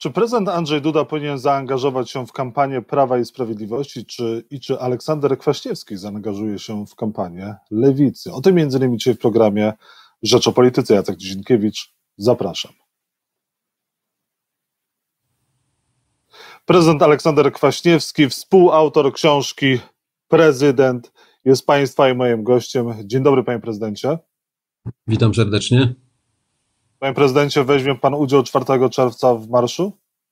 Czy prezydent Andrzej Duda powinien zaangażować się w kampanię Prawa i Sprawiedliwości, czy Aleksander Kwaśniewski zaangażuje się w kampanię Lewicy? O tym między innymi dzisiaj w programie Rzecz o Polityce. Jacek Dzienkiewicz, zapraszam. Prezydent Aleksander Kwaśniewski, współautor książki Prezydent, jest Państwa i moim gościem. Dzień dobry, panie prezydencie. Witam serdecznie. Panie prezydencie, weźmie pan udział 4 czerwca w marszu?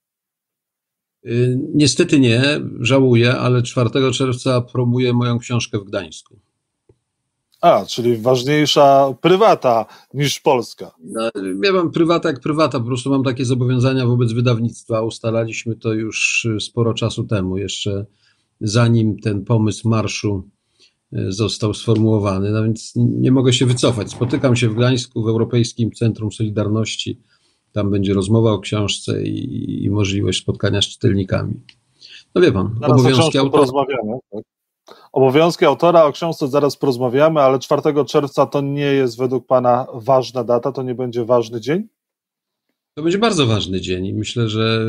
Niestety nie, żałuję, ale 4 czerwca promuję moją książkę w Gdańsku. Czyli ważniejsza prywata niż Polska. No, ja mam prywata jak prywata, po prostu mam takie zobowiązania wobec wydawnictwa. Ustalaliśmy to już sporo czasu temu, jeszcze zanim ten pomysł marszu został sformułowany, no więc nie mogę się wycofać. Spotykam się w Gdańsku w Europejskim Centrum Solidarności. Tam będzie rozmowa o książce i możliwość spotkania z czytelnikami. No wie pan, zaraz obowiązki autora. Porozmawiamy, tak? Obowiązki autora, o książce zaraz porozmawiamy, ale 4 czerwca to nie jest według pana ważna data, to nie będzie ważny dzień? To będzie bardzo ważny dzień i myślę, że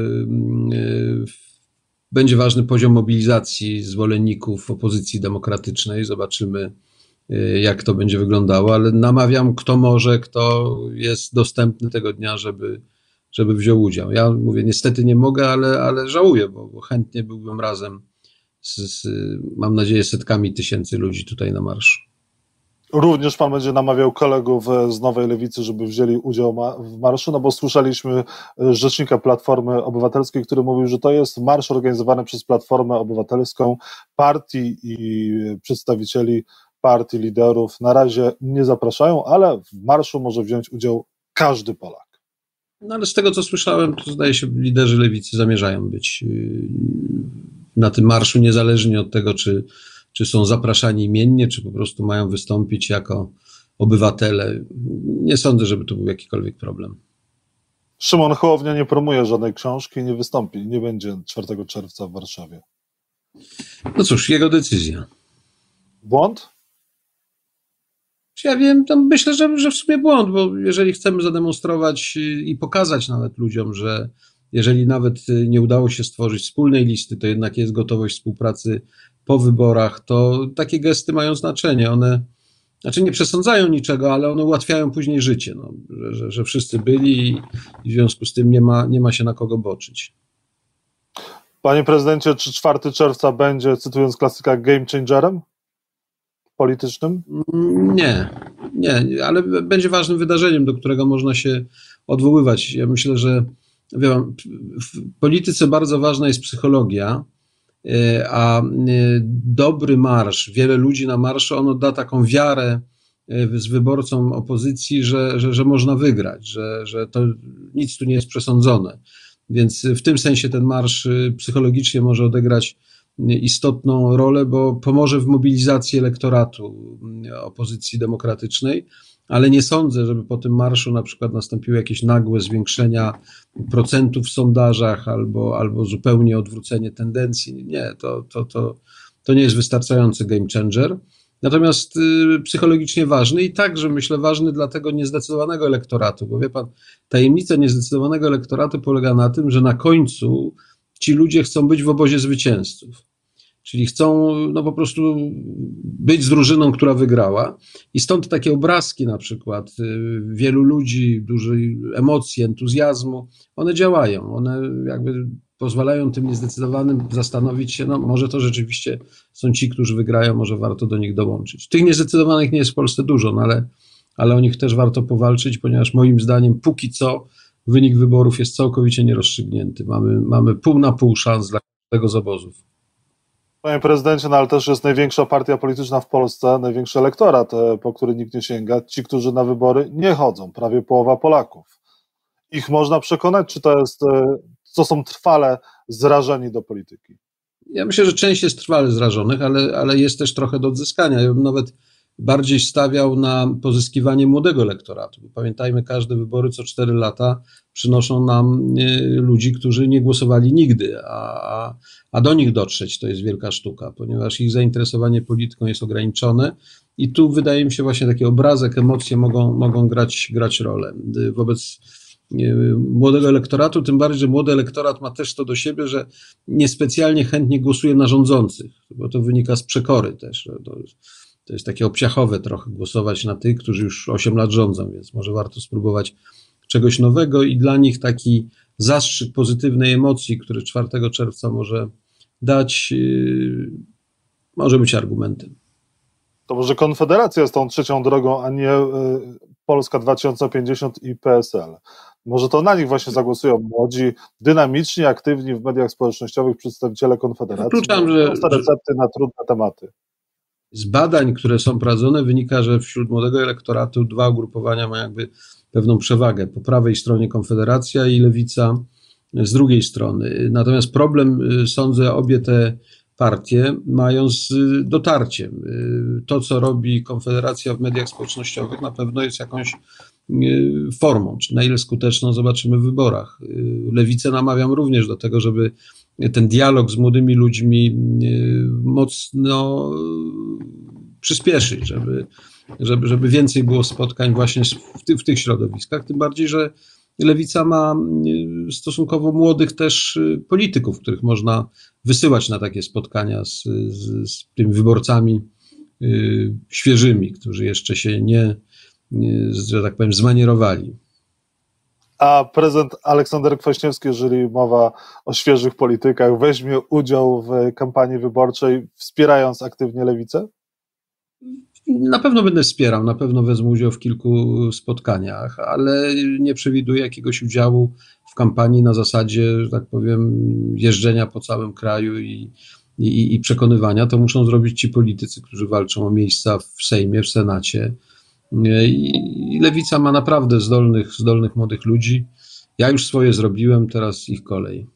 będzie ważny poziom mobilizacji zwolenników opozycji demokratycznej. Zobaczymy, jak to będzie wyglądało, ale namawiam, kto może, kto jest dostępny tego dnia, żeby wziął udział. Ja mówię, niestety nie mogę, ale żałuję, bo chętnie byłbym razem mam nadzieję, setkami tysięcy ludzi tutaj na marszu. Również pan będzie namawiał kolegów z Nowej Lewicy, żeby wzięli udział w marszu, no bo słyszeliśmy rzecznika Platformy Obywatelskiej, który mówił, że to jest marsz organizowany przez Platformę Obywatelską, partii i przedstawicieli partii, liderów. Na razie nie zapraszają, ale w marszu może wziąć udział każdy Polak. No ale z tego, co słyszałem, to zdaje się, liderzy Lewicy zamierzają być na tym marszu, niezależnie od tego, czy są zapraszani imiennie, czy po prostu mają wystąpić jako obywatele. Nie sądzę, żeby to był jakikolwiek problem. Szymon Hołownia nie promuje żadnej książki, nie wystąpi, nie będzie 4 czerwca w Warszawie. No cóż, jego decyzja. Błąd? Ja wiem, myślę, że w sumie błąd, bo jeżeli chcemy zademonstrować i pokazać nawet ludziom, że jeżeli nawet nie udało się stworzyć wspólnej listy, to jednak jest gotowość współpracy po wyborach, to takie gesty mają znaczenie. One nie przesądzają niczego, ale one ułatwiają później życie, no, że wszyscy byli i w związku z tym nie ma się na kogo boczyć. Panie prezydencie, czy 4 czerwca będzie, cytując klasyka, game changerem politycznym? Nie, ale będzie ważnym wydarzeniem, do którego można się odwoływać. Ja myślę, że w polityce bardzo ważna jest psychologia, a dobry marsz, wiele ludzi na marszu, ono da taką wiarę z wyborcom opozycji, że można wygrać, że to nic tu nie jest przesądzone. Więc w tym sensie ten marsz psychologicznie może odegrać istotną rolę, bo pomoże w mobilizacji elektoratu opozycji demokratycznej, ale nie sądzę, żeby po tym marszu na przykład nastąpiły jakieś nagłe zwiększenia procentów w sondażach albo zupełnie odwrócenie tendencji. Nie, to nie jest wystarczający game changer. Natomiast psychologicznie ważny i także myślę ważny dla tego niezdecydowanego elektoratu, bo wie pan, tajemnica niezdecydowanego elektoratu polega na tym, że na końcu ci ludzie chcą być w obozie zwycięzców. Czyli chcą po prostu być z drużyną, która wygrała. I stąd takie obrazki na przykład wielu ludzi, dużej emocji, entuzjazmu, one działają. One jakby pozwalają tym niezdecydowanym zastanowić się, może to rzeczywiście są ci, którzy wygrają, może warto do nich dołączyć. Tych niezdecydowanych nie jest w Polsce dużo, ale o nich też warto powalczyć, ponieważ moim zdaniem póki co wynik wyborów jest całkowicie nierozstrzygnięty. Mamy pół na pół szans dla każdego z obozów. Panie prezydencie, ale też jest największa partia polityczna w Polsce, największy elektorat, po który nikt nie sięga. Ci, którzy na wybory nie chodzą, prawie połowa Polaków. Ich można przekonać, czy to są trwale zrażeni do polityki? Ja myślę, że część jest trwale zrażonych, ale jest też trochę do odzyskania. Ja bym nawet bardziej stawiał na pozyskiwanie młodego elektoratu. Bo pamiętajmy, każde wybory co 4 lata przynoszą nam ludzi, którzy nie głosowali nigdy, a do nich dotrzeć to jest wielka sztuka, ponieważ ich zainteresowanie polityką jest ograniczone i tu wydaje mi się właśnie taki obrazek, emocje mogą grać rolę. Wobec młodego elektoratu, tym bardziej, że młody elektorat ma też to do siebie, że niespecjalnie chętnie głosuje na rządzących, bo to wynika z przekory też. To jest takie obciachowe trochę głosować na tych, którzy już 8 lat rządzą, więc może warto spróbować czegoś nowego i dla nich taki zastrzyk pozytywnej emocji, który 4 czerwca może dać, może być argumentem. To może Konfederacja jest tą trzecią drogą, a nie Polska 2050 i PSL. Może to na nich właśnie zagłosują młodzi, dynamiczni, aktywni w mediach społecznościowych przedstawiciele Konfederacji. Wykluczam, że recepty na trudne tematy. Z badań, które są prowadzone, wynika, że wśród młodego elektoratu 2 ugrupowania mają jakby pewną przewagę. Po prawej stronie Konfederacja i Lewica z drugiej strony. Natomiast problem, sądzę, obie te partie mają z dotarciem. To, co robi Konfederacja w mediach społecznościowych, na pewno jest jakąś formą. Czy na ile skuteczną, zobaczymy w wyborach. Lewicę namawiam również do tego, żeby ten dialog z młodymi ludźmi mocno przyspieszyć, żeby więcej było spotkań właśnie w tych środowiskach, tym bardziej, że Lewica ma stosunkowo młodych też polityków, których można wysyłać na takie spotkania z tymi wyborcami świeżymi, którzy jeszcze się nie, że tak powiem, zmanierowali. A prezydent Aleksander Kwaśniewski, jeżeli mowa o świeżych politykach, weźmie udział w kampanii wyborczej, wspierając aktywnie Lewicę? Na pewno będę wspierał, na pewno wezmę udział w kilku spotkaniach, ale nie przewiduję jakiegoś udziału w kampanii na zasadzie, że tak powiem, jeżdżenia po całym kraju i przekonywania. To muszą zrobić ci politycy, którzy walczą o miejsca w Sejmie, w Senacie. I Lewica ma naprawdę zdolnych młodych ludzi. Ja już swoje zrobiłem, teraz ich kolej.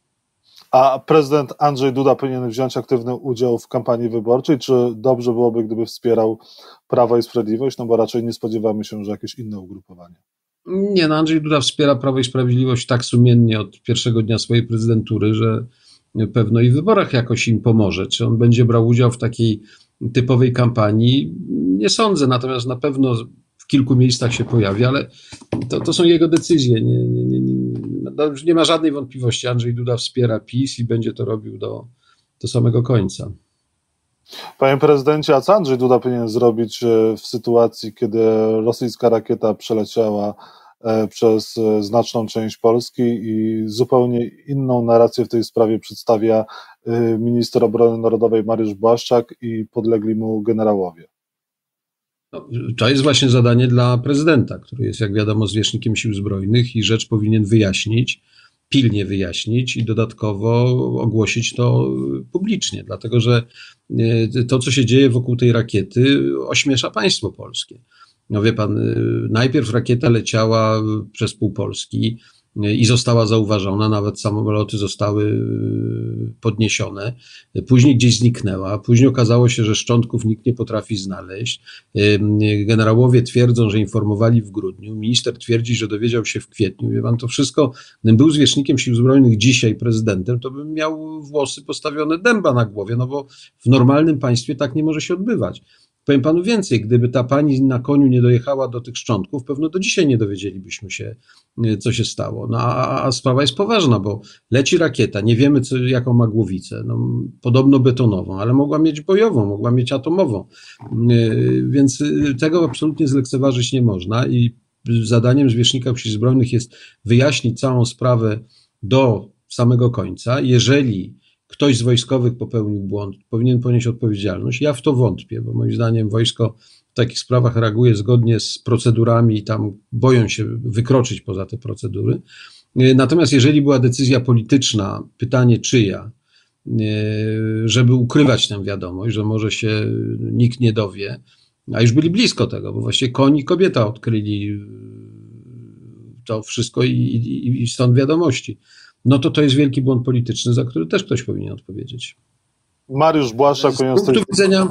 A prezydent Andrzej Duda powinien wziąć aktywny udział w kampanii wyborczej, czy dobrze byłoby, gdyby wspierał Prawo i Sprawiedliwość, no bo raczej nie spodziewamy się, że jakieś inne ugrupowanie? Nie, no Andrzej Duda wspiera Prawo i Sprawiedliwość tak sumiennie od pierwszego dnia swojej prezydentury, że pewno i w wyborach jakoś im pomoże. Czy on będzie brał udział w takiej typowej kampanii? Nie sądzę, natomiast na pewno w kilku miejscach się pojawi, ale to są jego decyzje. Nie ma żadnej wątpliwości. Andrzej Duda wspiera PiS i będzie to robił do samego końca. Panie prezydencie, a co Andrzej Duda powinien zrobić w sytuacji, kiedy rosyjska rakieta przeleciała przez znaczną część Polski i zupełnie inną narrację w tej sprawie przedstawia minister obrony narodowej Mariusz Błaszczak i podlegli mu generałowie? No, to jest właśnie zadanie dla prezydenta, który jest, jak wiadomo, zwierzchnikiem Sił Zbrojnych i rzecz powinien wyjaśnić, pilnie wyjaśnić i dodatkowo ogłosić to publicznie, dlatego że to, co się dzieje wokół tej rakiety, ośmiesza państwo polskie. No wie pan, najpierw rakieta leciała przez pół Polski i została zauważona, nawet samoloty zostały podniesione, później gdzieś zniknęła, później okazało się, że szczątków nikt nie potrafi znaleźć. Generałowie twierdzą, że informowali w grudniu, minister twierdzi, że dowiedział się w kwietniu. Wie pan, to wszystko, gdybym był zwierzchnikiem Sił Zbrojnych dzisiaj prezydentem, to bym miał włosy postawione dęba na głowie, no bo w normalnym państwie tak nie może się odbywać. Powiem panu więcej, gdyby ta pani na koniu nie dojechała do tych szczątków, pewno do dzisiaj nie dowiedzielibyśmy się, co się stało. No a sprawa jest poważna, bo leci rakieta, nie wiemy, jaką ma głowicę, no, podobno betonową, ale mogła mieć bojową, mogła mieć atomową, więc tego absolutnie zlekceważyć nie można i zadaniem zwierzchnika Sił Zbrojnych jest wyjaśnić całą sprawę do samego końca. Jeżeli ktoś z wojskowych popełnił błąd, powinien ponieść odpowiedzialność. Ja w to wątpię, bo moim zdaniem wojsko w takich sprawach reaguje zgodnie z procedurami i tam boją się wykroczyć poza te procedury. Natomiast jeżeli była decyzja polityczna, pytanie czyja, żeby ukrywać tę wiadomość, że może się nikt nie dowie, a już byli blisko tego, bo właściwie koń i kobieta odkryli to wszystko i stąd wiadomości. No to jest wielki błąd polityczny, za który też ktoś powinien odpowiedzieć. Mariusz Błaszczak powinien z punktu widzenia.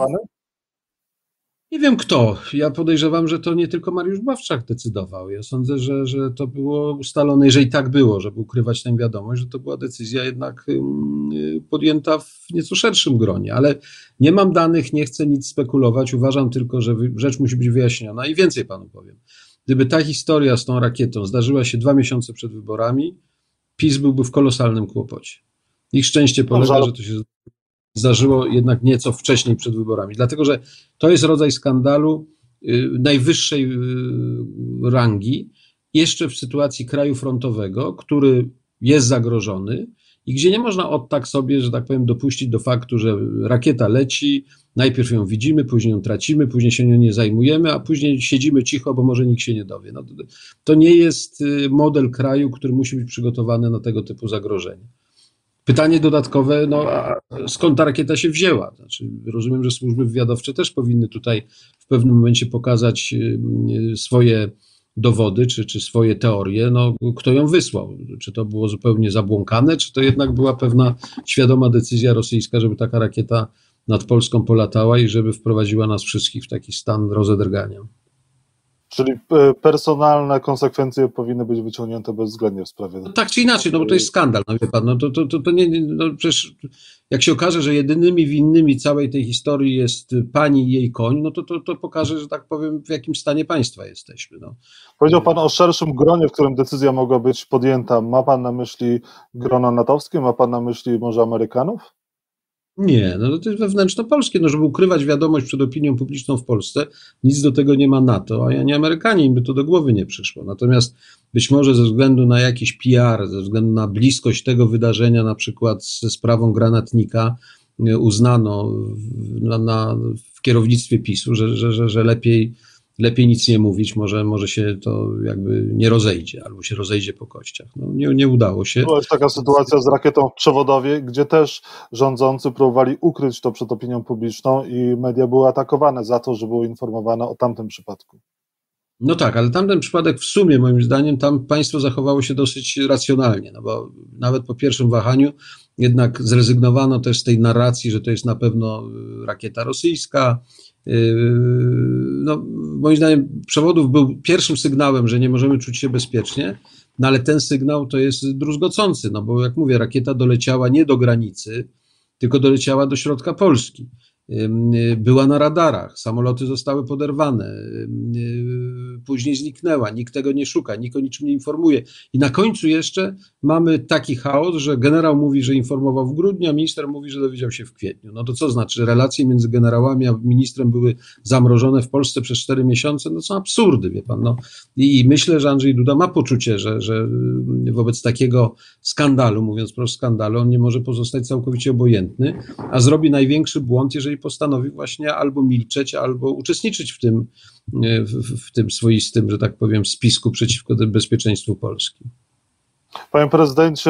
Nie wiem kto. Ja podejrzewam, że to nie tylko Mariusz Błaszczak decydował. Ja sądzę, że to było ustalone, jeżeli tak było, żeby ukrywać tę wiadomość, że to była decyzja jednak podjęta w nieco szerszym gronie. Ale nie mam danych, nie chcę nic spekulować. Uważam tylko, że rzecz musi być wyjaśniona i więcej panu powiem. gdyby ta historia z tą rakietą zdarzyła się 2 miesiące przed wyborami, PiS byłby w kolosalnym kłopocie. Ich szczęście polega, że to się zdarzyło jednak nieco wcześniej przed wyborami, dlatego że to jest rodzaj skandalu najwyższej rangi, jeszcze w sytuacji kraju frontowego, który jest zagrożony i gdzie nie można od tak sobie, że tak powiem, dopuścić do faktu, że rakieta leci, najpierw ją widzimy, później ją tracimy, później się nią nie zajmujemy, a później siedzimy cicho, bo może nikt się nie dowie. No, to nie jest model kraju, który musi być przygotowany na tego typu zagrożenia. Pytanie dodatkowe, no a skąd ta rakieta się wzięła? Znaczy, rozumiem, że służby wywiadowcze też powinny tutaj w pewnym momencie pokazać swoje dowody, czy swoje teorie, no kto ją wysłał? Czy to było zupełnie zabłąkane, czy to jednak była pewna świadoma decyzja rosyjska, żeby taka rakieta nad Polską polatała i żeby wprowadziła nas wszystkich w taki stan rozedrgania? Czyli personalne konsekwencje powinny być wyciągnięte bezwzględnie w sprawie. No tak czy inaczej, no bo to jest skandal, no wie pan, no to nie, no przecież jak się okaże, że jedynymi winnymi całej tej historii jest pani i jej koń, no to pokaże, że tak powiem, w jakim stanie państwa jesteśmy. No. Powiedział pan o szerszym gronie, w którym decyzja mogła być podjęta. Ma pan na myśli grono natowskie? Ma pan na myśli może Amerykanów? Nie, no to jest wewnętrzno-polskie, no żeby ukrywać wiadomość przed opinią publiczną w Polsce, nic do tego nie ma NATO, a ani Amerykanie, im by to do głowy nie przyszło. Natomiast być może ze względu na jakiś PR, ze względu na bliskość tego wydarzenia, na przykład ze sprawą granatnika, uznano w kierownictwie PiS-u, że lepiej nic nie mówić, może się to jakby nie rozejdzie, albo się rozejdzie po kościach. No, nie udało się. Była już taka sytuacja z rakietą w Przewodowie, gdzie też rządzący próbowali ukryć to przed opinią publiczną i media były atakowane za to, że były informowane o tamtym przypadku. No tak, ale tamten przypadek w sumie, moim zdaniem, tam państwo zachowało się dosyć racjonalnie, no bo nawet po pierwszym wahaniu jednak zrezygnowano też z tej narracji, że to jest na pewno rakieta rosyjska. No, moim zdaniem Przewodów był pierwszym sygnałem, że nie możemy czuć się bezpiecznie, no ale ten sygnał to jest druzgocący, no bo jak mówię, rakieta doleciała nie do granicy, tylko doleciała do środka Polski. Była na radarach, samoloty zostały poderwane, później zniknęła, nikt tego nie szuka, nikt o niczym nie informuje. I na końcu jeszcze mamy taki chaos, że generał mówi, że informował w grudniu, a minister mówi, że dowiedział się w kwietniu. No to co znaczy, że relacje między generałami a ministrem były zamrożone w Polsce przez 4 miesiące? No są absurdy, wie pan. No. I myślę, że Andrzej Duda ma poczucie, że wobec takiego skandalu, mówiąc prosto skandalu, on nie może pozostać całkowicie obojętny, a zrobi największy błąd, jeżeli postanowi właśnie albo milczeć, albo uczestniczyć w tym swoistym, że tak powiem, spisku przeciwko bezpieczeństwu Polski. Panie prezydencie,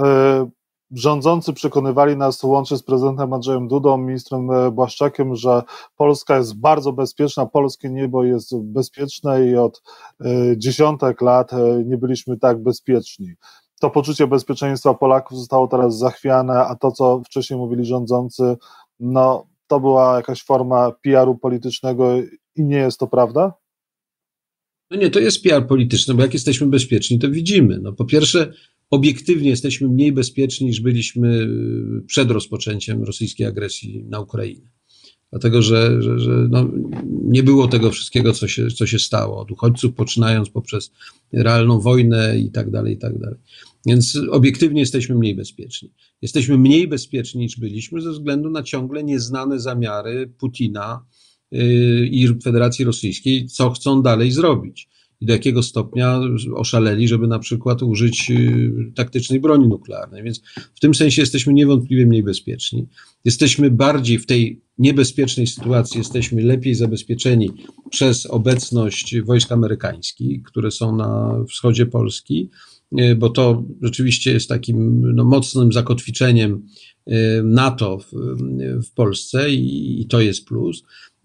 rządzący przekonywali nas łącznie z prezydentem Andrzejem Dudą, ministrem Błaszczakiem, że Polska jest bardzo bezpieczna, polskie niebo jest bezpieczne i od dziesiątek lat nie byliśmy tak bezpieczni. To poczucie bezpieczeństwa Polaków zostało teraz zachwiane, a to, co wcześniej mówili rządzący, no to była jakaś forma PR-u politycznego i nie jest to prawda? No nie, to jest PR polityczny, bo jak jesteśmy bezpieczni, to widzimy. No po pierwsze, obiektywnie jesteśmy mniej bezpieczni niż byliśmy przed rozpoczęciem rosyjskiej agresji na Ukrainę. Dlatego, że no, nie było tego wszystkiego, co się stało. Od uchodźców poczynając poprzez realną wojnę i tak dalej, i tak dalej. Więc obiektywnie jesteśmy mniej bezpieczni. Jesteśmy mniej bezpieczni niż byliśmy ze względu na ciągle nieznane zamiary Putina i Federacji Rosyjskiej, co chcą dalej zrobić. I do jakiego stopnia oszaleli, żeby na przykład użyć taktycznej broni nuklearnej. Więc w tym sensie jesteśmy niewątpliwie mniej bezpieczni. Jesteśmy bardziej w tej niebezpiecznej sytuacji, jesteśmy lepiej zabezpieczeni przez obecność wojsk amerykańskich, które są na wschodzie Polski, bo to rzeczywiście jest takim mocnym zakotwiczeniem NATO w Polsce i to jest plus.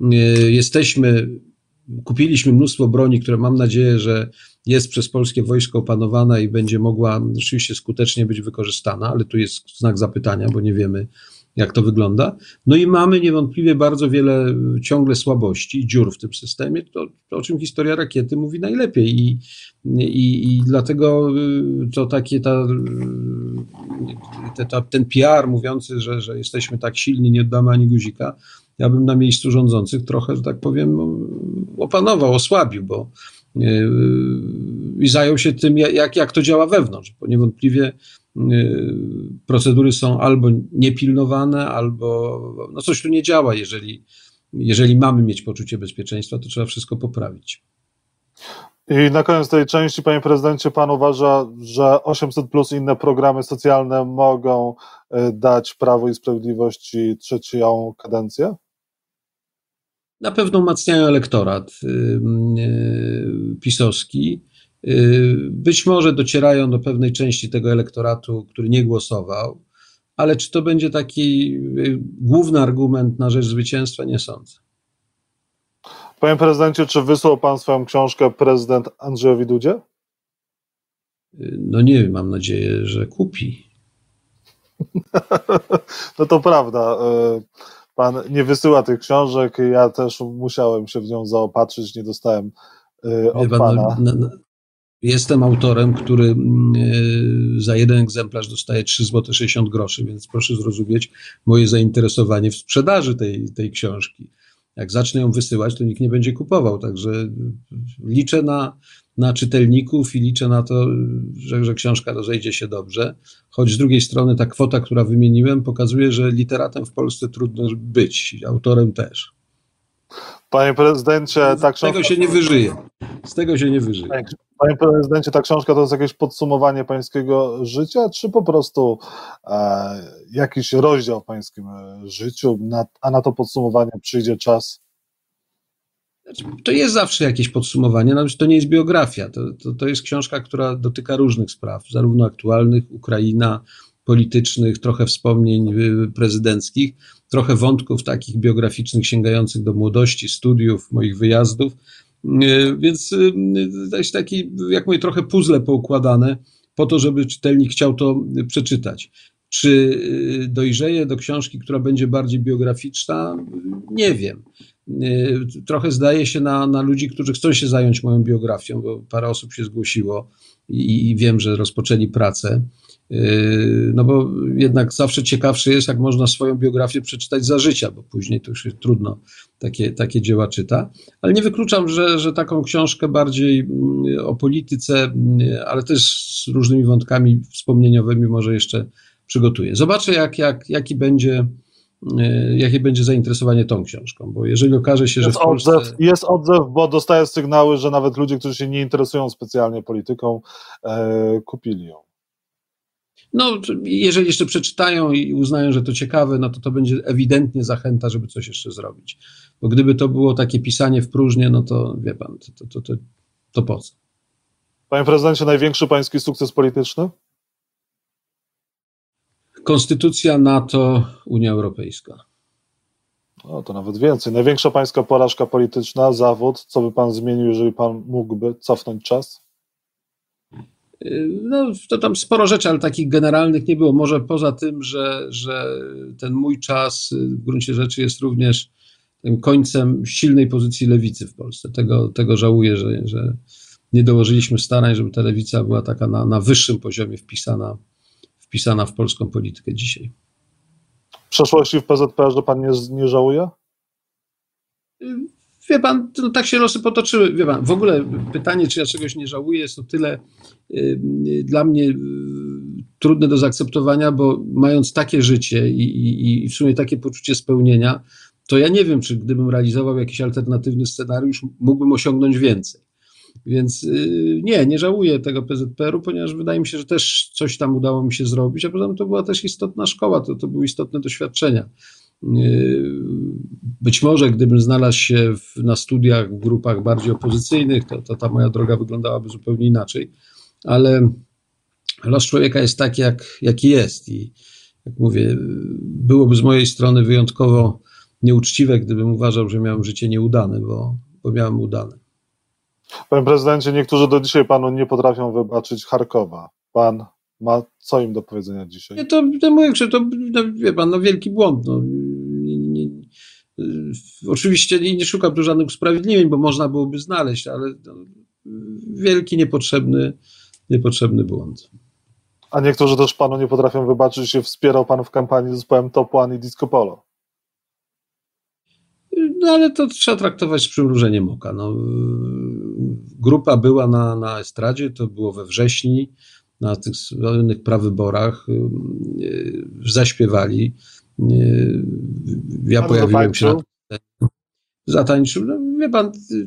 Kupiliśmy mnóstwo broni, która mam nadzieję, że jest przez polskie wojsko opanowana i będzie mogła rzeczywiście skutecznie być wykorzystana, ale tu jest znak zapytania, bo nie wiemy, jak to wygląda. No i mamy niewątliwie bardzo wiele ciągle słabości i dziur w tym systemie, to o czym historia rakiety mówi najlepiej i dlatego to takie ten PR mówiący, że jesteśmy tak silni, nie oddamy ani guzika, ja bym na miejscu rządzących trochę, że tak powiem, opanował, osłabił, bo i zajął się tym, jak to działa wewnątrz, bo niewątpliwie procedury są albo niepilnowane, albo no coś tu nie działa. Jeżeli mamy mieć poczucie bezpieczeństwa, to trzeba wszystko poprawić. I na koniec tej części, panie prezydencie, pan uważa, że 800 plus i inne programy socjalne mogą dać Prawu i Sprawiedliwości trzecią kadencję? Na pewno umacniają elektorat pisowski. Być może docierają do pewnej części tego elektoratu, który nie głosował, ale czy to będzie taki główny argument na rzecz zwycięstwa? Nie sądzę. Panie prezydencie, czy wysłał pan swoją książkę prezydent Andrzejowi Dudzie? No nie wiem, mam nadzieję, że kupi. No to prawda. Pan nie wysyła tych książek, ja też musiałem się w nią zaopatrzyć, nie dostałem od pana. Jestem autorem, który za jeden egzemplarz dostaje 3,60 zł, więc proszę zrozumieć moje zainteresowanie w sprzedaży tej książki. Jak zacznę ją wysyłać, to nikt nie będzie kupował, także liczę na czytelników i liczę na to, że książka rozejdzie się dobrze, choć z drugiej strony ta kwota, która wymieniłem, pokazuje, że literatem w Polsce trudno być, autorem też. Panie prezydencie, ta książka... Z tego się nie wyżyje. Panie prezydencie, ta książka to jest jakieś podsumowanie pańskiego życia, czy po prostu jakiś rozdział w pańskim życiu, a na to podsumowanie przyjdzie czas? To jest zawsze jakieś podsumowanie, nawet to nie jest biografia. To jest książka, która dotyka różnych spraw, zarówno aktualnych, Ukraina, politycznych, trochę wspomnień prezydenckich, trochę wątków takich biograficznych sięgających do młodości, studiów, moich wyjazdów. Więc to jest taki, jak mówię, trochę puzzle poukładane po to, żeby czytelnik chciał to przeczytać. Czy dojrzeje do książki, która będzie bardziej biograficzna? Nie wiem. Trochę zdaje się na ludzi, którzy chcą się zająć moją biografią, bo parę osób się zgłosiło i wiem, że rozpoczęli pracę. No bo jednak zawsze ciekawsze jest, jak można swoją biografię przeczytać za życia, bo później to już trudno takie dzieła czyta. Ale nie wykluczam, że taką książkę bardziej o polityce, ale też z różnymi wątkami wspomnieniowymi może jeszcze przygotuję. Zobaczę, jakie będzie zainteresowanie tą książką, bo jeżeli okaże się, że w Polsce... Jest odzew, bo dostaję sygnały, że nawet ludzie, którzy się nie interesują specjalnie polityką, kupili ją. No, jeżeli jeszcze przeczytają i uznają, że to ciekawe, no to będzie ewidentnie zachęta, żeby coś jeszcze zrobić. Bo gdyby to było takie pisanie w próżnię, no to wie pan, to po co? Panie prezydencie, największy pański sukces polityczny? Konstytucja, NATO, Unia Europejska. No to nawet więcej. Największa pańska porażka polityczna, zawód, co by pan zmienił, jeżeli pan mógłby cofnąć czas? No, to tam sporo rzeczy, ale takich generalnych nie było. Może poza tym, że ten mój czas w gruncie rzeczy jest również tym końcem silnej pozycji lewicy w Polsce. Tego żałuję, że nie dołożyliśmy starań, żeby ta lewica była taka na wyższym poziomie wpisana w polską politykę dzisiaj. W przeszłości w PZPR, że pan nie żałuje? Wie pan, no tak się losy potoczyły. Wie pan, w ogóle pytanie, czy ja czegoś nie żałuję, jest o tyle dla mnie trudne do zaakceptowania, bo mając takie życie i w sumie takie poczucie spełnienia, to ja nie wiem, czy gdybym realizował jakiś alternatywny scenariusz, mógłbym osiągnąć więcej. Więc nie żałuję tego PZPR-u, ponieważ wydaje mi się, że też coś tam udało mi się zrobić, a poza tym to była też istotna szkoła, to były istotne doświadczenia. Być może gdybym znalazł się na studiach w grupach bardziej opozycyjnych, to ta moja droga wyglądałaby zupełnie inaczej, ale los człowieka jest taki, jaki jest i jak mówię, byłoby z mojej strony wyjątkowo nieuczciwe, gdybym uważał, że miałem życie nieudane, bo miałem udane. Panie prezydencie, niektórzy do dzisiaj panu nie potrafią wybaczyć Charkowa. Pan ma co im do powiedzenia dzisiaj? Nie, to mówię, że to wie pan, wielki błąd. Oczywiście nie szukam tu żadnych usprawiedliwień, bo można byłoby znaleźć, ale wielki, niepotrzebny błąd. A niektórzy też panu nie potrafią wybaczyć, że wspierał pan w kampanii z zespołem Top One i Disco Polo. No ale to trzeba traktować z przymrużeniem oka. grupa była na estradzie, to było we wrześniu, na tych słynnych prawyborach, zaśpiewali. Ja pojawiłem się zatańczył. No, wie pan,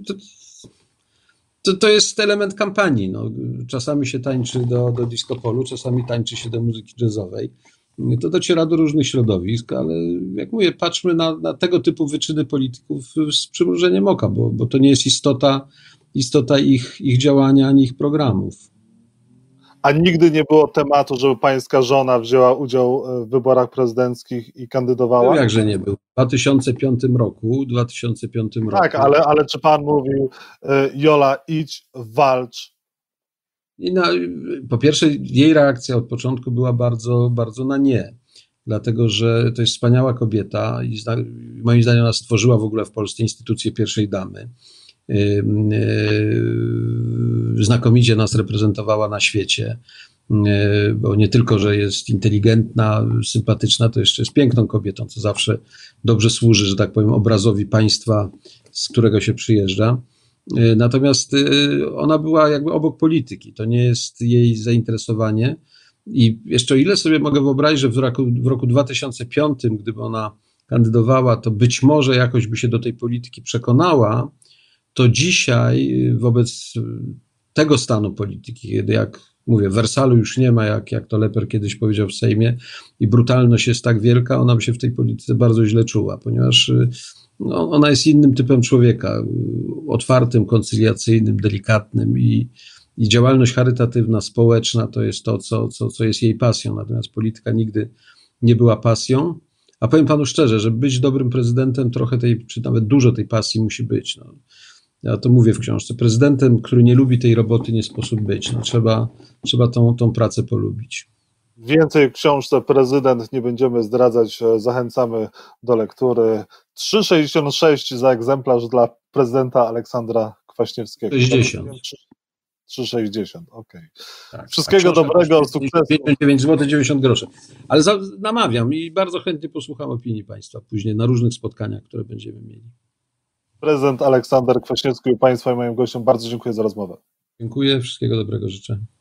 to jest element kampanii. No. Czasami się tańczy do disco polu, czasami tańczy się do muzyki jazzowej. To dociera do różnych środowisk, ale jak mówię, patrzmy na tego typu wyczyny polityków z przymrużeniem oka, bo to nie jest istota ich działania ani ich programów. A nigdy nie było tematu, żeby pańska żona wzięła udział w wyborach prezydenckich i kandydowała? No jakże nie był. W 2005 roku. Tak, ale czy pan mówił, Jola, idź, walcz? Po pierwsze, jej reakcja od początku była bardzo, bardzo na nie, dlatego że to jest wspaniała kobieta i moim zdaniem ona stworzyła w ogóle w Polsce instytucję pierwszej damy. Znakomicie nas reprezentowała na świecie, bo nie tylko, że jest inteligentna, sympatyczna, to jeszcze jest piękną kobietą, co zawsze dobrze służy, że tak powiem, obrazowi państwa, z którego się przyjeżdża. Natomiast ona była jakby obok polityki, to nie jest jej zainteresowanie i jeszcze o ile sobie mogę wyobrazić, że w roku 2005, gdyby ona kandydowała, to być może jakoś by się do tej polityki przekonała, to dzisiaj wobec tego stanu polityki, kiedy jak mówię, Wersalu już nie ma, jak to Leper kiedyś powiedział w Sejmie i brutalność jest tak wielka, ona by się w tej polityce bardzo źle czuła, ponieważ ona jest innym typem człowieka, otwartym, koncyliacyjnym, delikatnym i działalność charytatywna, społeczna to jest to, co jest jej pasją, natomiast polityka nigdy nie była pasją. A powiem panu szczerze, żeby być dobrym prezydentem, trochę czy nawet dużo tej pasji musi być. No. Ja to mówię w książce. Prezydentem, który nie lubi tej roboty, nie sposób być. No, trzeba tą pracę polubić. Więcej w książce Prezydent nie będziemy zdradzać, zachęcamy do lektury. 3,66 za egzemplarz dla prezydenta Aleksandra Kwaśniewskiego. 60. 3,60, okej. Tak, Wszystkiego dobrego, sukcesu. 59 zł 90 groszy. Ale namawiam i bardzo chętnie posłucham opinii państwa później na różnych spotkaniach, które będziemy mieli. Prezydent Aleksander Kwaśniewski, państwa i moim gościom bardzo dziękuję za rozmowę. Dziękuję, wszystkiego dobrego życzę.